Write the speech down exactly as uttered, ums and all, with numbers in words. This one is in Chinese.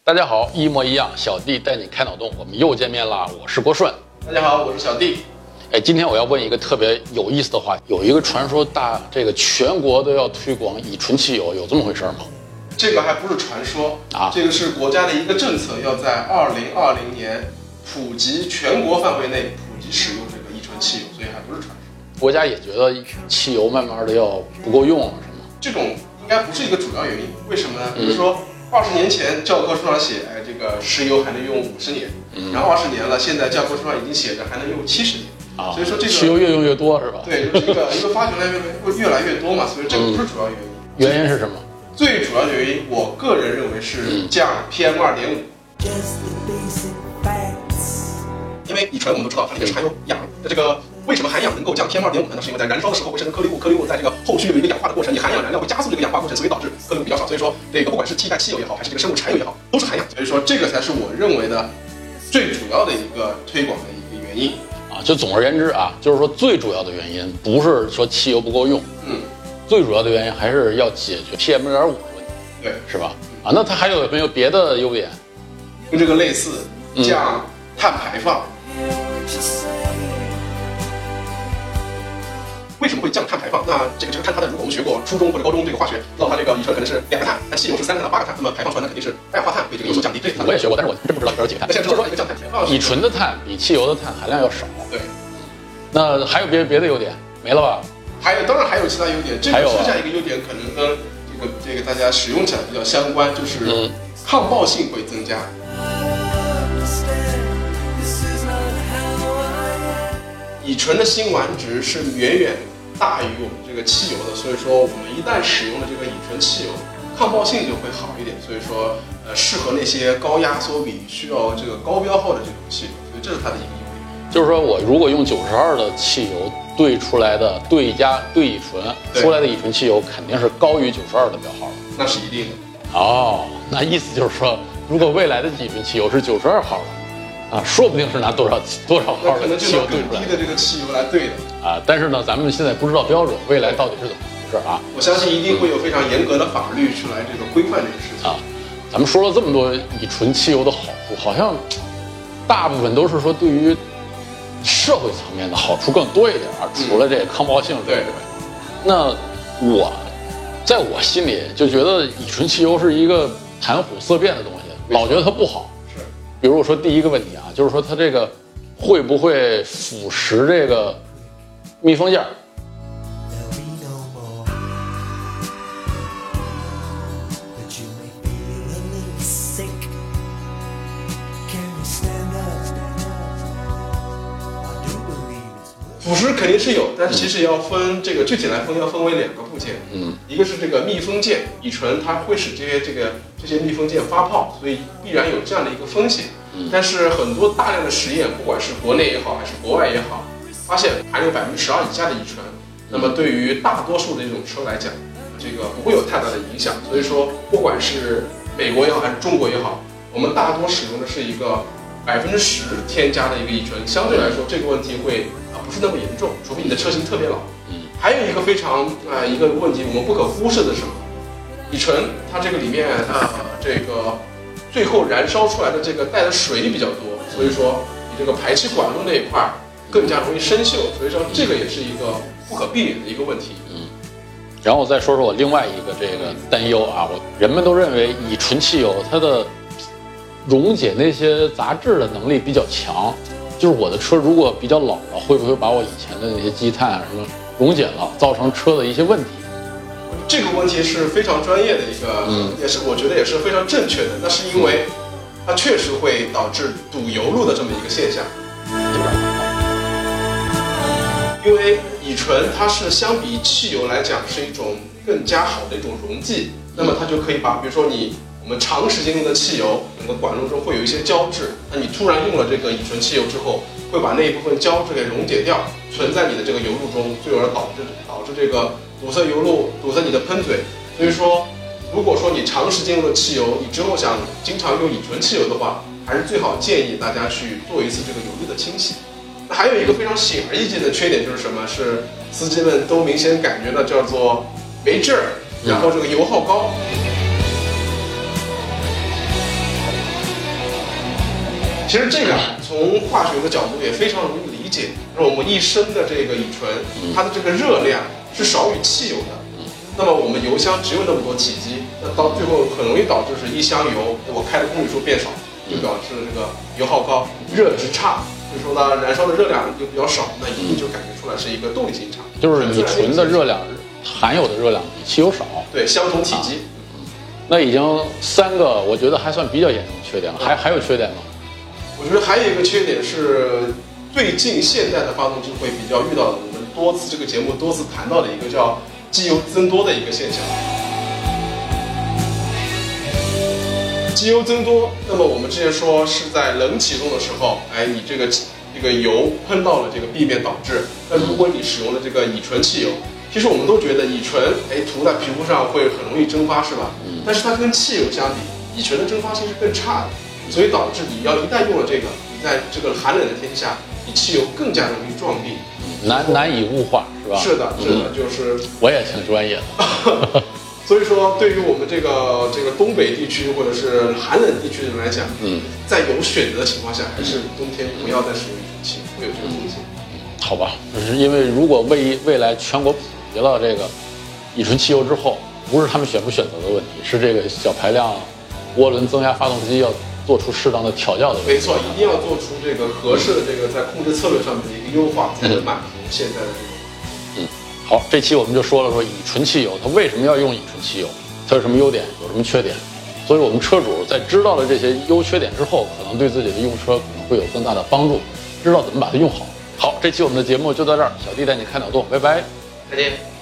大家好，一模一样，小弟带你开脑洞，我们又见面啦！我是郭顺。 大家好，我是小弟。 哎，今天我要问一个特别有意思的话题，有一个传说大，这个全国都要推广乙醇汽油，有这么回事吗？ 这个还不是传说啊， 这个是国家的一个政策，要在二零二零年普及全国范围内普及使用这个乙醇汽油，所以还不是传说。 国家也觉得汽油慢慢的要不够用了，是吗？ 这种应该不是一个主要原因，为什么呢？比如说二十年前教科书上写，哎，这个石油还能用五十年，嗯、然后二十年了，现在教科书上已经写着还能用七十年。啊，所以说这个汽油越用越多是吧？ 对，这个因为发掘量越会越来越多嘛，所以这个不是主要原因。 嗯、原因是什么？ 最主要的原因，我个人认为是降 P M 二点五。因为乙醇我们都知道它里面是含有氧的，这个为什么含氧能够降 P M 二点五呢？那是因为在燃烧的时候会生成颗粒物，颗粒物在这个后续有一个氧化的过程，你含氧燃料会加速这个氧化过程，所以导致颗粒物比较少。所以说这个不管是替代汽油也好，还是这个生物柴油也好，都是含氧。所以说这个才是我认为的最主要的一个推广的一个原因。 啊，就总而言之啊，就是说最主要的原因不是说汽油不够用， 嗯， 最主要的原因还是要解决 P M 二点五的问题， 对， 是吧？啊，那它还有没有别的优点？ 跟这个类似，降碳排放。嗯、为什么会降碳排放？那这个这个碳它的，如果我们学过初中或者高中这个化学，知道它这个乙醇可能是两个碳，那汽油是三个碳、八个碳，那么排放出来呢肯定是二氧化碳会这个有所降低。这我也学过，但是我真不知道里边有几个碳。 那现在知道一个降碳排放， 乙醇的碳比汽油的碳含量要少。 对， 那还有别别的优点没了吧？ 还有，当然还有其他优点。这个剩下一个优点可能跟这个这个大家使用起来比较相关，就是抗爆性会增加。乙醇的辛烷值是远远大于我们这个汽油的，所以说我们一旦使用了这个乙醇汽油，抗爆性就会好一点。所以说，呃，适合那些高压缩比需要这个高标号的这种汽油，所以这是它的一个优点。 就是说我如果用九十二的汽油兑出来的兑加兑乙醇出来的乙醇汽油，肯定是高于九十二的标号的。 那是一定的。 哦，那意思就是说，如果未来的乙醇汽油是九十二号的。啊，说不定是拿多少多少号的汽油兑出来的，更低的这个汽油来兑的啊。但是呢，咱们现在不知道标准，未来到底是怎么回事啊？ 我相信一定会有非常严格的法律去来这个规范这个事情啊。 咱们说了这么多乙醇汽油的好处，好像大部分都是说对于社会层面的好处更多一点啊。除了这个抗爆性之外， 对。 那我在我心里就觉得乙醇汽油是一个谈虎色变的东西，老觉得它不好。比如我说第一个问题啊，就是说它这个会不会腐蚀这个密封件？ 腐蚀肯定是有，但是其实也要分这个具体来分，要分为两个部件。嗯，一个是这个密封件，乙醇它会使这些这个这些密封件发泡，所以必然有这样的一个风险。嗯，但是很多大量的实验，不管是国内也好，还是国外也好，发现含有百分之十二以下的乙醇，那么对于大多数的这种车来讲，这个不会有太大的影响。所以说，不管是美国也好，还是中国也好，我们大多使用的是一个百分之十添加的一个乙醇，相对来说这个问题会。不是那么严重，除非你的车型特别老。嗯，还有一个非常啊、呃、一个问题，我们不可忽视的是什么？乙醇它这个里面啊、呃、这个最后燃烧出来的这个带的水比较多，所以说你这个排气管路那一块更加容易生锈，所以说这个也是一个不可避免的一个问题。 嗯，然后我再说说我另外一个这个担忧啊，我人们都认为乙醇汽油它的溶解那些杂质的能力比较强。就是我的车如果比较老了，会不会把我以前的那些积碳啊什么溶解了，造成车的一些问题？ 这个问题是非常专业的一个，嗯，也是我觉得也是非常正确的。那是因为它确实会导致堵油路的这么一个现象。因为乙醇它是相比汽油来讲是一种更加好的一种溶剂，那么它就可以把，比如说你。我们长时间用的汽油，整个管路中会有一些胶质，那你突然用了这个乙醇汽油之后，会把那一部分胶质给溶解掉，存在你的这个油路中，最而导致导致这个堵塞油路，堵塞你的喷嘴。所以说，如果说你长时间用的汽油，你之后想经常用乙醇汽油的话，还是最好建议大家去做一次这个油路的清洗。那还有一个非常显而易见的缺点就是什么？是司机们都明显感觉到叫做没劲儿，然后这个油耗高。 其实这个从化学的角度也非常容易理解，就是我们一升的这个乙醇，它的这个热量是少于汽油的。那么我们油箱只有那么多体积，那到最后很容易导致是一箱油我开的公里数变少，就表示这个油耗高，热值差，所以说呢燃烧的热量就比较少，那一定就感觉出来是一个动力性差。 就是乙醇的热量含有的热量比汽油少， 对，相同体积。 那已经三个，我觉得还算比较严重的缺点了，还还有缺点吗？ 我觉得还有一个缺点是，最近现代的发动机会比较遇到的，我们多次这个节目多次谈到的一个叫机油增多的一个现象。机油增多，那么我们之前说是在冷启动的时候，哎，你这个这个油喷到了这个壁面导致。那如果你使用了这个乙醇汽油，其实我们都觉得乙醇，哎，涂在皮肤上会很容易蒸发，是吧？嗯。但是它跟汽油相比，乙醇的蒸发性是更差的。所以导致你要一旦用了这个，你在这个寒冷的天气下，你汽油更加容易撞壁， 难难以雾化，是吧？ 是的，是的，就是。 我也挺专业的。 所以说，对于我们这个这个东北地区或者是寒冷地区的人来讲，嗯，在有选择的情况下，还是冬天不要再使用乙醇汽油，会有这个风险。 好吧，就是因为如果未未来全国普及了这个乙醇汽油之后，不是他们选不选择的问题，是这个小排量涡轮增压发动机要做出适当的调教的问题。 没错，一定要做出这个合适的这个在控制策略上面的一个优化，才能满足现在的这种。 嗯，好，这期我们就说了说乙醇汽油，它为什么要用乙醇汽油，它有什么优点，有什么缺点。所以我们车主在知道了这些优缺点之后，可能对自己的用车可能会有更大的帮助，知道怎么把它用好。好，这期我们的节目就到这儿，小弟带你开脑洞，拜拜， 再见。